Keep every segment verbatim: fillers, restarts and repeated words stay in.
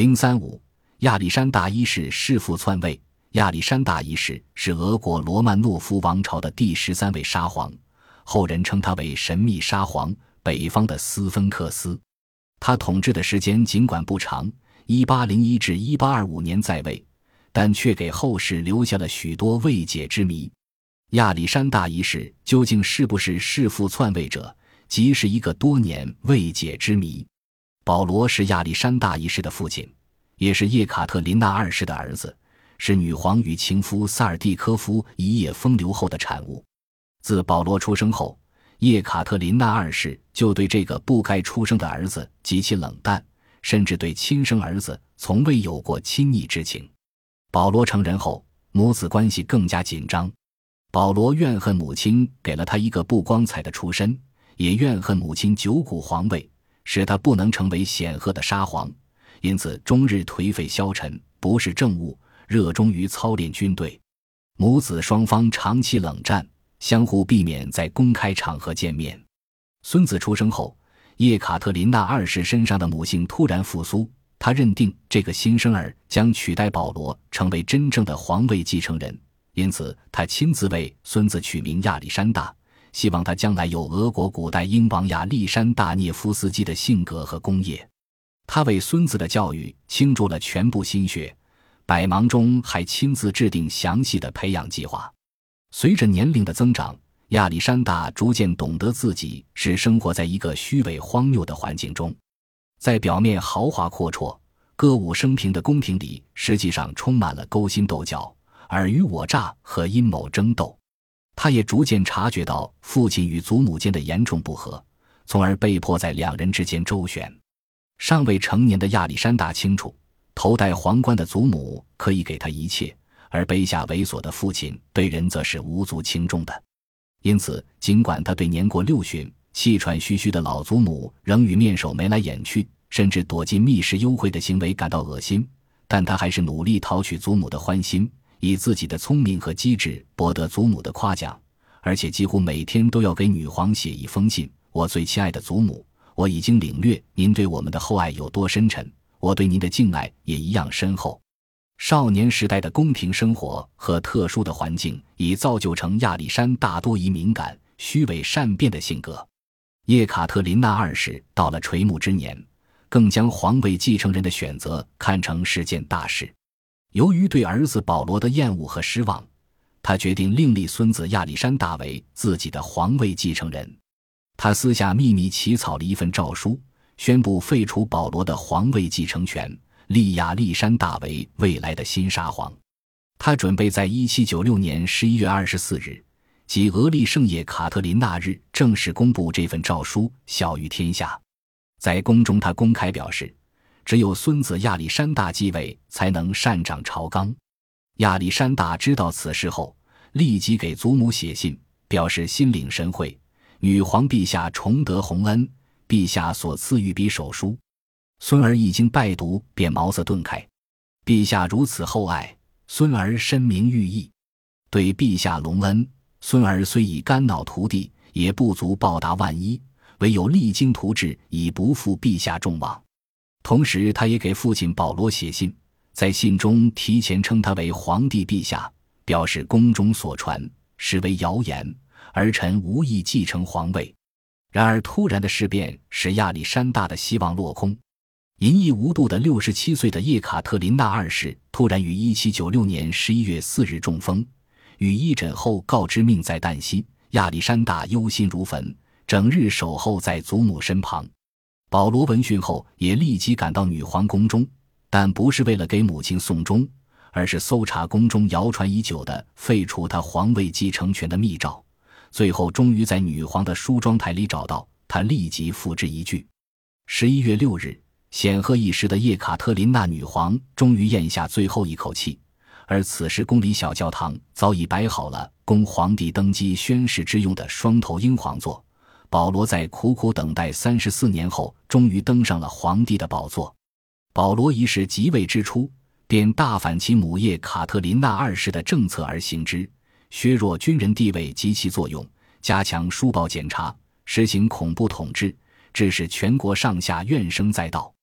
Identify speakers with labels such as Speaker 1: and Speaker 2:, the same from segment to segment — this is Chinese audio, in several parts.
Speaker 1: 零三五亚历山大一世弑父篡位。亚历山大一世是俄国罗曼诺夫王朝的第十三位沙皇，后人称他为神秘沙皇，北方的斯芬克斯。他统治的时间尽管不长，一八零一至一八二五年在位，但却给后世留下了许多未解之谜。亚历山大一世究竟是不是弑父篡位者，即是一个多年未解之谜。保罗是亚历山大一世的父亲，也是叶卡特琳娜二世的儿子，是女皇与情夫萨尔蒂科夫一夜风流后的产物。自保罗出生后，叶卡特琳娜二世就对这个不该出生的儿子极其冷淡，甚至对亲生儿子从未有过亲昵之情。保罗成人后，母子关系更加紧张。保罗怨恨母亲给了他一个不光彩的出身，也怨恨母亲九股皇位，使他不能成为显赫的沙皇，因此终日颓废消沉，不事政务，热衷于操练军队。母子双方长期冷战，相互避免在公开场合见面。孙子出生后，叶卡特琳娜二世身上的母性突然复苏，他认定这个新生儿将取代保罗成为真正的皇位继承人，因此他亲自为孙子取名亚历山大，希望他将来有俄国古代英王亚历山大涅夫斯基的性格和功业。他为孙子的教育倾注了全部心血，百忙中还亲自制定详细的培养计划。随着年龄的增长，亚历山大逐渐懂得自己是生活在一个虚伪荒谬的环境中。在表面豪华阔绰、歌舞升平的宫廷里，实际上充满了勾心斗角、尔虞我诈和阴谋争斗。他也逐渐察觉到父亲与祖母间的严重不和，从而被迫在两人之间周旋。尚未成年的亚历山大清楚，头戴皇冠的祖母可以给他一切，而卑下猥琐的父亲对人则是无足轻重的。因此尽管他对年过六旬气喘吁吁的老祖母仍与面首眉来眼去，甚至躲进密室幽会的行为感到恶心，但他还是努力讨取祖母的欢心，以自己的聪明和机智博得祖母的夸奖，而且几乎每天都要给女皇写一封信：我最亲爱的祖母，我已经领略您对我们的厚爱有多深沉，我对您的敬爱也一样深厚。少年时代的宫廷生活和特殊的环境已造就成亚历山大多疑敏感、虚伪善变的性格。叶卡特琳娜二世到了垂暮之年，更将皇位继承人的选择看成是件大事。由于对儿子保罗的厌恶和失望，他决定另立孙子亚历山大为自己的皇位继承人。他私下秘密起草了一份诏书，宣布废除保罗的皇位继承权，立亚历山大为未来的新沙皇。他准备在一七九六年十一月二十四日，即俄历圣叶卡特琳娜日正式公布这份诏书，晓谕天下。在宫中他公开表示，只有孙子亚历山大继位才能擅掌朝纲。亚历山大知道此事后，立即给祖母写信，表示心领神会，女皇陛下重得洪恩，陛下所赐御笔手书。孙儿一经拜读，便茅塞顿开。陛下如此厚爱，孙儿深明寓意，对陛下隆恩，孙儿虽已肝脑涂地，也不足报答万一，唯有励精图治，以不负陛下众望。同时他也给父亲保罗写信，在信中提前称他为皇帝陛下，表示宫中所传实为谣言，儿臣无意继承皇位。然而突然的事变使亚历山大的希望落空。淫逸无度的六十七岁的叶卡特琳娜二世突然于一七九六年十一月四日中风，与医诊后告知命在旦夕。亚历山大忧心如焚，整日守候在祖母身旁。保罗闻讯后也立即赶到女皇宫中，但不是为了给母亲送终，而是搜查宫中谣传已久的废除他皇位继承权的密诏。最后终于在女皇的梳妆台里找到，他立即付之一炬。十一月六日，显赫一时的叶卡特琳娜女皇终于咽下最后一口气，而此时宫里小教堂早已摆好了供皇帝登基宣誓之用的双头鹰皇座。保罗在苦苦等待三十四年后，终于登上了皇帝的宝座。保罗一世即位之初，便大反其母叶卡特琳娜二世的政策而行之，削弱军人地位及其作用，加强书报检查，实行恐怖统治，致使全国上下怨声载道。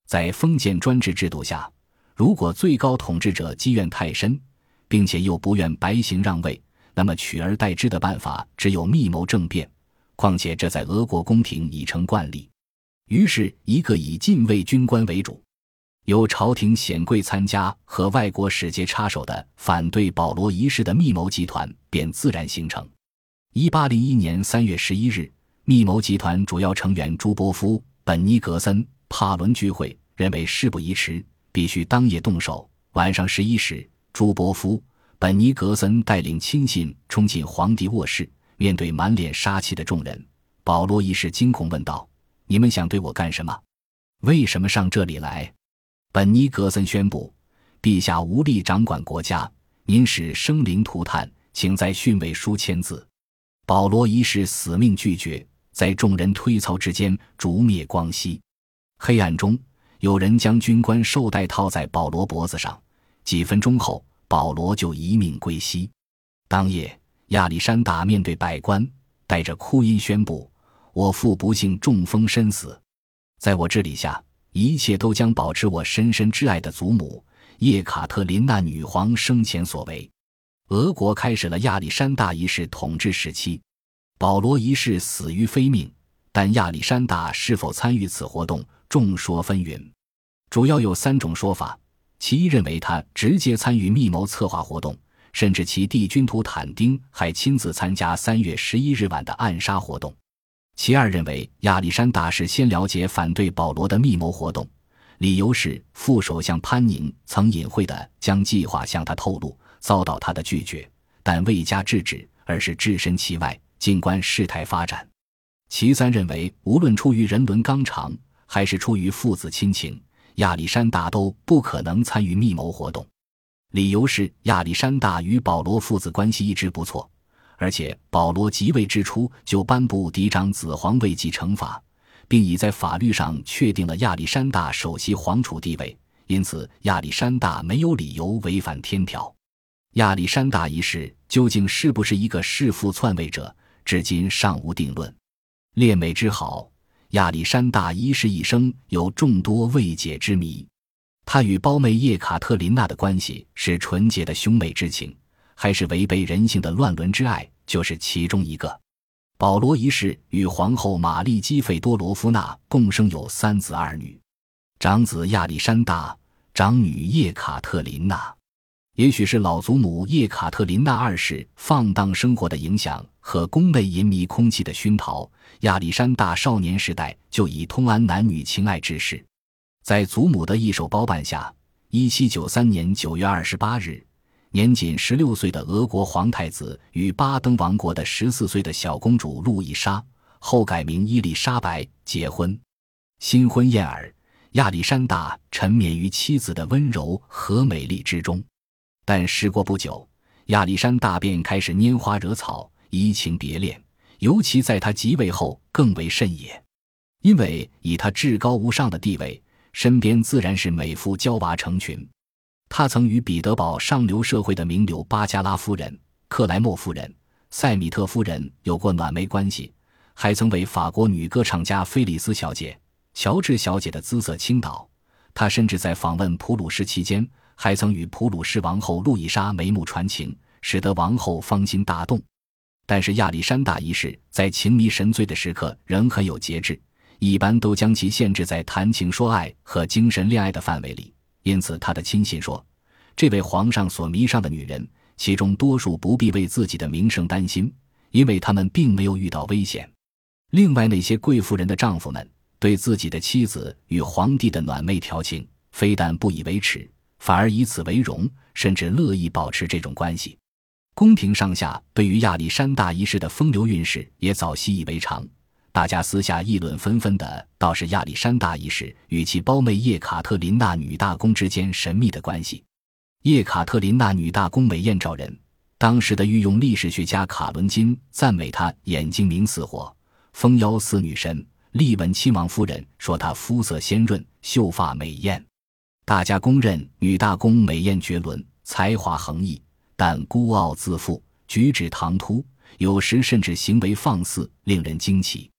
Speaker 1: 在封建专制制度下，如果最高统治者积怨太深，并且又不愿白行让位，那么取而代之的办法只有密谋政变，况且这在俄国宫廷已成惯例。于是一个以禁卫军官为主，由朝廷显贵参加和外国使节插手的反对保罗一世的密谋集团便自然形成。一八零一年三月十一日，密谋集团主要成员朱波夫、本尼格森、帕伦聚会，认为事不宜迟，必须当夜动手。晚上十一时，朱波夫、本尼格森带领亲信冲进皇帝卧室，面对满脸杀气的众人，保罗一世惊恐问道：你们想对我干什么？为什么上这里来？本尼格森宣布：陛下无力掌管国家，您使生灵涂炭，请在训位书签字。保罗一世死命拒绝，在众人推操之间烛灭光息。黑暗中，有人将军官绶带套在保罗脖子上，几分钟后，保罗就一命归西。当夜，亚历山大面对百官，带着哭音宣布：我父不幸中风身死，在我治理下，一切都将保持我深深挚爱的祖母叶卡特琳娜女皇生前所为。俄国开始了亚历山大一世统治时期。保罗一世死于非命，但亚历山大是否参与此活动众说纷纭，主要有三种说法。其一认为他直接参与密谋策划活动，甚至其弟君图坦丁还亲自参加三月十一日晚的暗杀活动。其二认为亚历山大是先了解反对保罗的密谋活动，理由是副首相潘宁曾隐晦地将计划向他透露，遭到他的拒绝，但未加制止，而是置身其外，静观事态发展。其三认为无论出于人伦纲常，还是出于父子亲情，亚历山大都不可能参与密谋活动。理由是亚历山大与保罗父子关系一直不错，而且保罗即位之初就颁布嫡长子皇位继承法，并已在法律上确定了亚历山大首席皇储地位，因此亚历山大没有理由违反天条。亚历山大一世究竟是不是一个弑父篡位者，至今尚无定论。列美之好，亚历山大一世一生有众多未解之谜。他与胞妹叶卡特琳娜的关系是纯洁的兄妹之情，还是违背人性的乱伦之爱，就是其中一个。保罗一世与皇后玛丽基费多罗夫娜共生有三子二女，长子亚历山大，长女叶卡特琳娜。也许是老祖母叶卡特琳娜二世放荡生活的影响和宫内淫靡空气的熏陶，亚历山大少年时代就已通谙男女情爱之事。在祖母的一手包办下，一七九三年九月二十八日，年仅十六岁的俄国皇太子与巴登王国的十四岁的小公主路易莎（后改名伊丽莎白）结婚。新婚燕尔，亚历山大沉湎于妻子的温柔和美丽之中。但时过不久，亚历山大便开始拈花惹草，移情别恋，尤其在他即位后更为甚也。因为以他至高无上的地位，身边自然是美妇娇娃成群。他曾与彼得堡上流社会的名流巴加拉夫人、克莱默夫人、塞米特夫人有过暖媒关系，还曾为法国女歌唱家菲利斯小姐、乔治小姐的姿色倾倒。他甚至在访问普鲁士期间，还曾与普鲁士王后路易莎眉目传情，使得王后芳心大动。但是亚历山大一世在情迷神醉的时刻仍很有节制，一般都将其限制在谈情说爱和精神恋爱的范围里。因此他的亲信说，这位皇上所迷上的女人，其中多数不必为自己的名声担心，因为他们并没有遇到危险。另外那些贵妇人的丈夫们对自己的妻子与皇帝的暖媚调情，非但不以为耻，反而以此为荣，甚至乐意保持这种关系。宫廷上下对于亚历山大一世的风流韵事也早习以为常，大家私下议论纷纷的倒是亚历山大一世与其胞妹叶卡特琳娜女大公之间神秘的关系。叶卡特琳娜女大公美艳照人，当时的御用历史学家卡伦金赞美她眼睛明似火，丰腰似女神。利文亲王夫人说她肤色鲜润，秀发美艳。大家公认女大公美艳绝伦，才华横溢，但孤傲自负，举止唐突，有时甚至行为放肆，令人惊奇。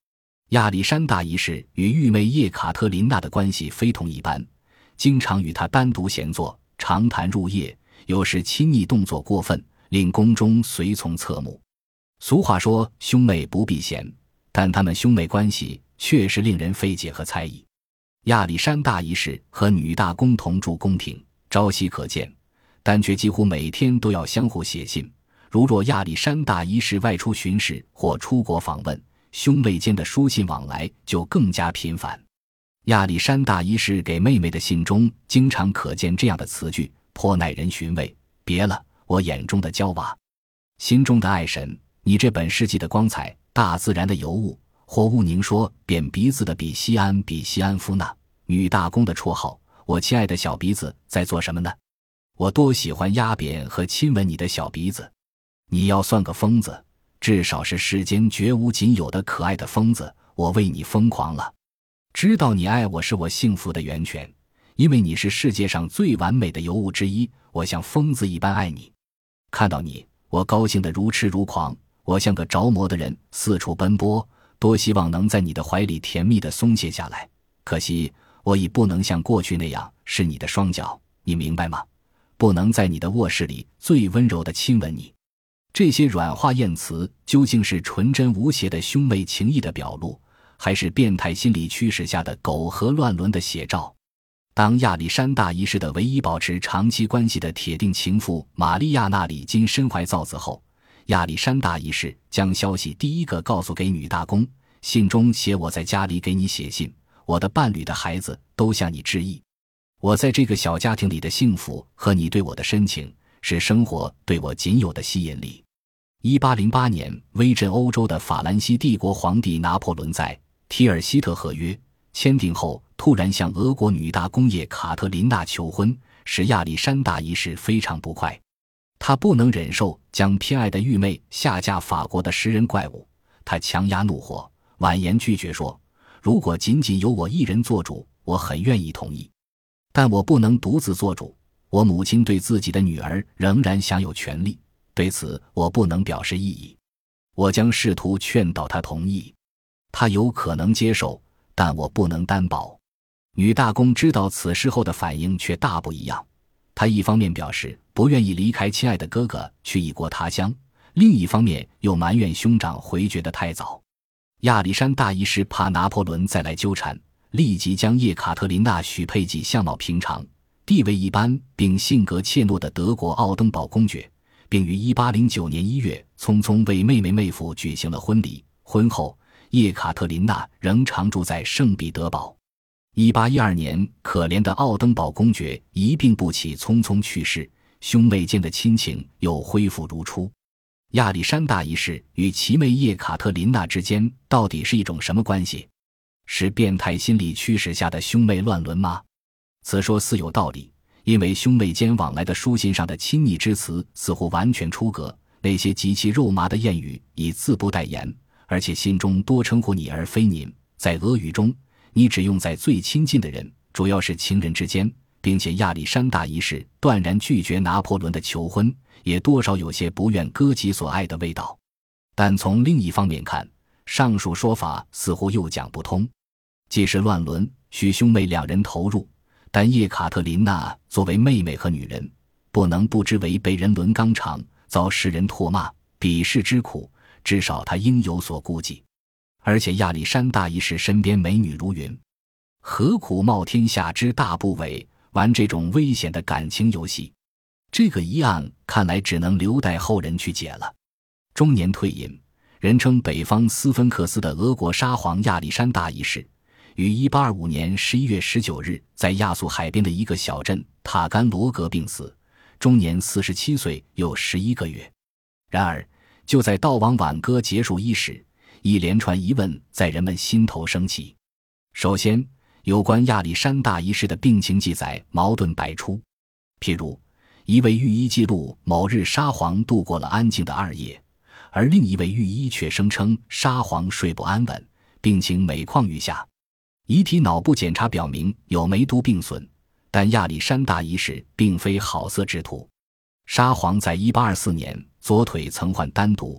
Speaker 1: 亚历山大一世与玉妹叶卡特琳娜的关系非同一般，经常与她单独闲坐，长谈入夜，有时亲昵动作过分，令宫中随从侧目。俗话说兄妹不避嫌，但他们兄妹关系确实令人费解和猜疑。亚历山大一世和女大公同住宫廷，朝夕可见，但却几乎每天都要相互写信。如若亚历山大一世外出巡视或出国访问，兄妹间的书信往来就更加频繁。亚历山大一世给妹妹的信中经常可见这样的词句，颇耐人寻味：别了，我眼中的娇娃，心中的爱神，你这本世纪的光彩，大自然的尤物，或勿宁说扁鼻子的比西安比西安夫纳，女大公的绰号，我亲爱的小鼻子在做什么呢？我多喜欢压扁和亲吻你的小鼻子。你要算个疯子，至少是世间绝无仅有的可爱的疯子，我为你疯狂了。知道你爱我是我幸福的源泉，因为你是世界上最完美的尤物之一，我像疯子一般爱你。看到你，我高兴得如痴如狂，我像个着魔的人四处奔波，多希望能在你的怀里甜蜜地松懈下来。可惜我已不能像过去那样是你的双脚，你明白吗？不能在你的卧室里最温柔地亲吻你。这些软化艳词究竟是纯真无邪的兄妹情谊的表露，还是变态心理驱使下的苟合乱伦的写照？当亚历山大一世的唯一保持长期关系的铁定情妇玛利亚纳里金身怀造子后，亚历山大一世将消息第一个告诉给女大公，信中写：我在家里给你写信，我的伴侣的孩子都向你致意，我在这个小家庭里的幸福和你对我的深情，是生活对我仅有的吸引力。一八零八年，威震欧洲的法兰西帝国皇帝拿破仑在提尔希特合约签订后，突然向俄国女大公叶卡特琳娜求婚，使亚历山大一世非常不快。他不能忍受将偏爱的玉妹下嫁法国的食人怪物，他强压怒火，婉言拒绝说：如果仅仅由我一人做主，我很愿意同意，但我不能独自做主，我母亲对自己的女儿仍然享有权利，对此我不能表示异议。我将试图劝导他同意，他有可能接受，但我不能担保。女大公知道此事后的反应却大不一样，她一方面表示不愿意离开亲爱的哥哥去异国他乡，另一方面又埋怨兄长回绝得太早。亚历山大一世怕拿破仑再来纠缠，立即将叶卡特琳娜许配给相貌平常、地位一般并性格怯懦的德国奥登堡公爵，并于一八零九年一月匆匆为妹妹妹夫举行了婚礼。婚后，叶卡特琳娜仍常住在圣彼得堡。一八一二年，可怜的奥登堡公爵一病不起，匆匆去世，兄妹间的亲情又恢复如初。亚历山大一世与其妹叶卡特琳娜之间到底是一种什么关系？是变态心理驱使下的兄妹乱伦吗？此说似有道理，因为兄妹间往来的书信上的亲昵之词似乎完全出格，那些极其肉麻的谚语以字不代言，而且信中多称呼你而非您。在俄语中，你只用在最亲近的人，主要是情人之间，并且亚历山大一世断然拒绝拿破仑的求婚，也多少有些不愿割己所爱的味道。但从另一方面看，上述说法似乎又讲不通。既是乱伦，需兄妹两人投入，但叶卡特琳娜作为妹妹和女人，不能不知为被人伦纲常，遭世人唾骂鄙视之苦，至少她应有所顾忌。而且亚历山大一世身边美女如云，何苦冒天下之大不韪，玩这种危险的感情游戏？这个疑案看来只能留待后人去解了。中年退隐，人称北方斯芬克斯的俄国沙皇亚历山大一世，于一八二五年十一月十九日在亚速海边的一个小镇塔甘罗格病死，终年四十七岁又十一个月。然而就在悼亡挽歌结束伊始，一连串疑问在人们心头升起。首先，有关亚历山大一世的病情记载矛盾百出。譬如，一位御医记录某日沙皇度过了安静的二夜，而另一位御医却声称沙皇睡不安稳，病情每况愈下。遗体脑部检查表明有梅毒病损，但亚历山大一世并非好色之徒。沙皇在一八二四年左腿曾患丹毒，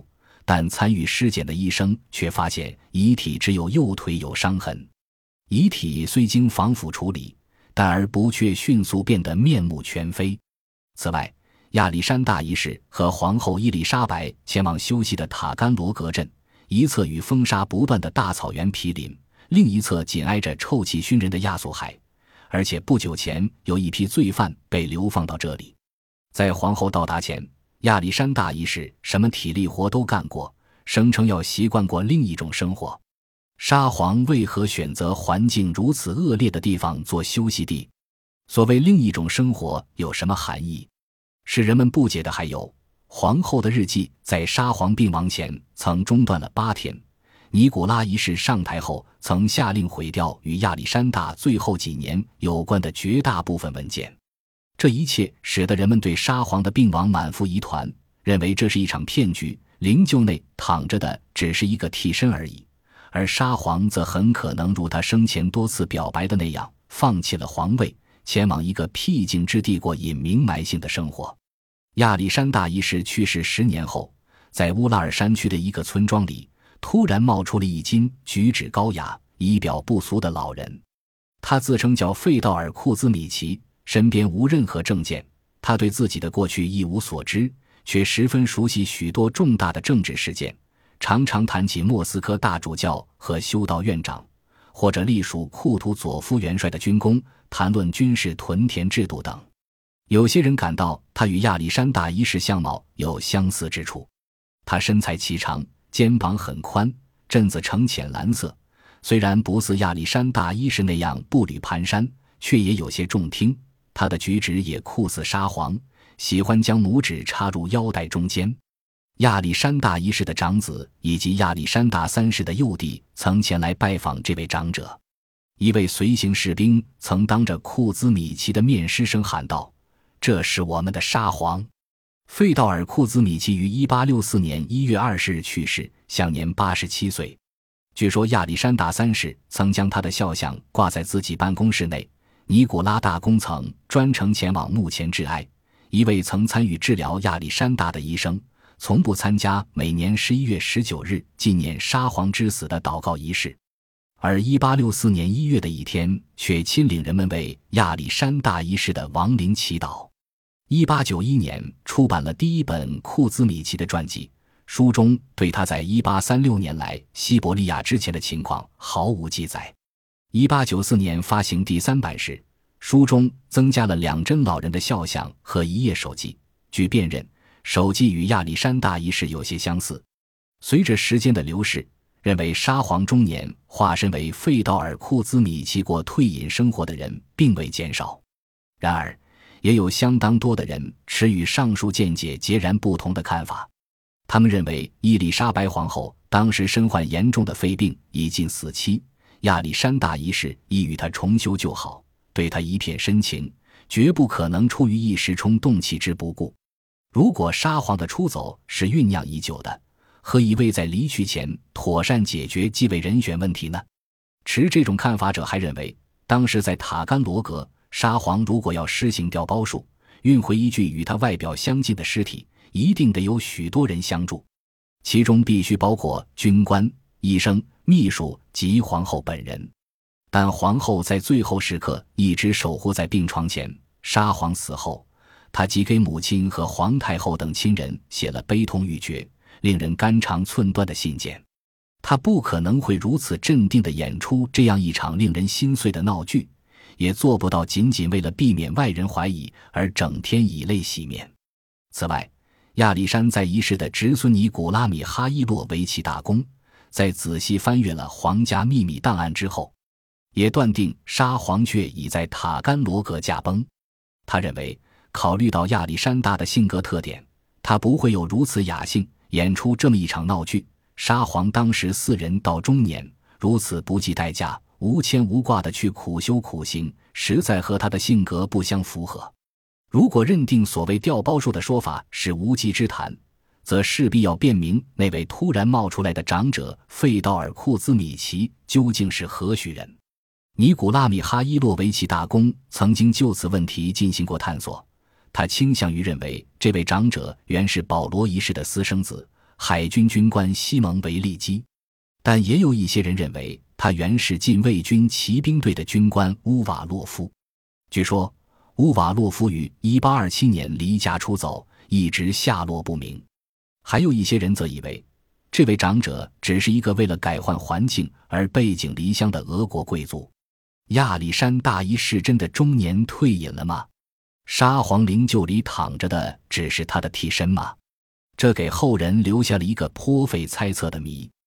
Speaker 1: 但参与尸检的医生却发现遗体只有右腿有伤痕。遗体虽经防腐处理，但而不却迅速变得面目全非。此外，亚历山大一世和皇后伊丽莎白前往休息的塔甘罗格镇，一侧与风沙不断的大草原毗邻，另一侧紧挨着臭气熏人的亚速海，而且不久前有一批罪犯被流放到这里。在皇后到达前，亚历山大一世什么体力活都干过，声称要习惯过另一种生活。沙皇为何选择环境如此恶劣的地方做休息地？所谓另一种生活有什么含义？使人们不解的还有，皇后的日记在沙皇病亡前曾中断了八天，尼古拉一世上台后曾下令毁掉与亚历山大最后几年有关的绝大部分文件。这一切使得人们对沙皇的病亡满腹疑团，认为这是一场骗局，灵柩内躺着的只是一个替身而已，而沙皇则很可能如他生前多次表白的那样，放弃了皇位，前往一个僻静之地过隐名埋姓的生活。亚历山大一世去世十年后，在乌拉尔山区的一个村庄里，突然冒出了一斤举止高雅、仪表不俗的老人。他自称叫费道尔·库兹米奇，身边无任何证件，他对自己的过去一无所知，却十分熟悉许多重大的政治事件，常常谈起莫斯科大主教和修道院长，或者隶属库图佐夫元帅的军功，谈论军事屯田制度等。有些人感到他与亚历山大一世相貌有相似之处。他身材颀长，肩膀很宽，疹子呈浅蓝色，虽然不似亚历山大一世那样步履蹒跚，却也有些重听。他的举止也酷似沙皇，喜欢将拇指插入腰带中间。亚历山大一世的长子以及亚历山大三世的幼弟曾前来拜访这位长者。一位随行士兵曾当着库兹米奇的面失声喊道：“这是我们的沙皇。”费道尔·库兹米奇于一八六四年一月二十日去世，享年八十七岁。据说亚历山大三世曾将他的肖像挂在自己办公室内，尼古拉大公曾专程前往墓前致哀。一位曾参与治疗亚历山大的医生，从不参加每年十一月十九日纪念沙皇之死的祷告仪式，而一八六四年一月的一天却亲领人们为亚历山大一世的亡灵祈祷。一八九一年出版了第一本库兹米奇的传记，书中对他在一八三六年来西伯利亚之前的情况毫无记载。一八九四年发行第三版时，书中增加了两帧老人的肖像和一页手记，据辨认，手记与亚历山大一世有些相似。随着时间的流逝，认为沙皇中年化身为费道尔·库兹米奇过退隐生活的人并未减少。然而也有相当多的人持与上述见解截然不同的看法。他们认为伊丽莎白皇后当时身患严重的肺病，已近死期，亚历山大一世已与她重修旧好，对她一片深情，绝不可能出于一时冲动弃之不顾。如果沙皇的出走是酝酿已久的，何以未在离去前妥善解决继位人选问题呢？持这种看法者还认为，当时在塔甘罗格，沙皇如果要施行调包术，运回一具与他外表相近的尸体，一定得有许多人相助，其中必须包括军官、医生、秘书及皇后本人。但皇后在最后时刻一直守护在病床前。沙皇死后，她即给母亲和皇太后等亲人写了悲痛欲绝、令人肝肠寸断的信件。她不可能会如此镇定地演出这样一场令人心碎的闹剧，也做不到仅仅为了避免外人怀疑而整天以泪洗面。此外，亚历山在一世的侄孙尼古拉米哈伊洛维奇大公在仔细翻阅了皇家秘密档案之后，也断定沙皇却已在塔甘罗格驾崩。他认为，考虑到亚历山大的性格特点，他不会有如此雅兴演出这么一场闹剧。沙皇当时四人到中年，如此不计代价、无牵无挂地去苦修苦行，实在和他的性格不相符合。如果认定所谓调包术的说法是无稽之谈，则势必要辨明那位突然冒出来的长者费道尔·库兹米奇究竟是何许人。尼古拉米哈伊洛维奇大公曾经就此问题进行过探索，他倾向于认为这位长者原是保罗一世的私生子， 海军军官西蒙维利基。但也有一些人认为他原是禁卫军骑兵队的军官乌瓦洛夫。据说乌瓦洛夫于一八二七年离家出走，一直下落不明。还有一些人则以为这位长者只是一个为了改换环境而背井离乡的俄国贵族。亚历山大一世真的中年退隐了吗？沙皇灵柩里躺着的只是他的替身吗？这给后人留下了一个颇费猜测的谜。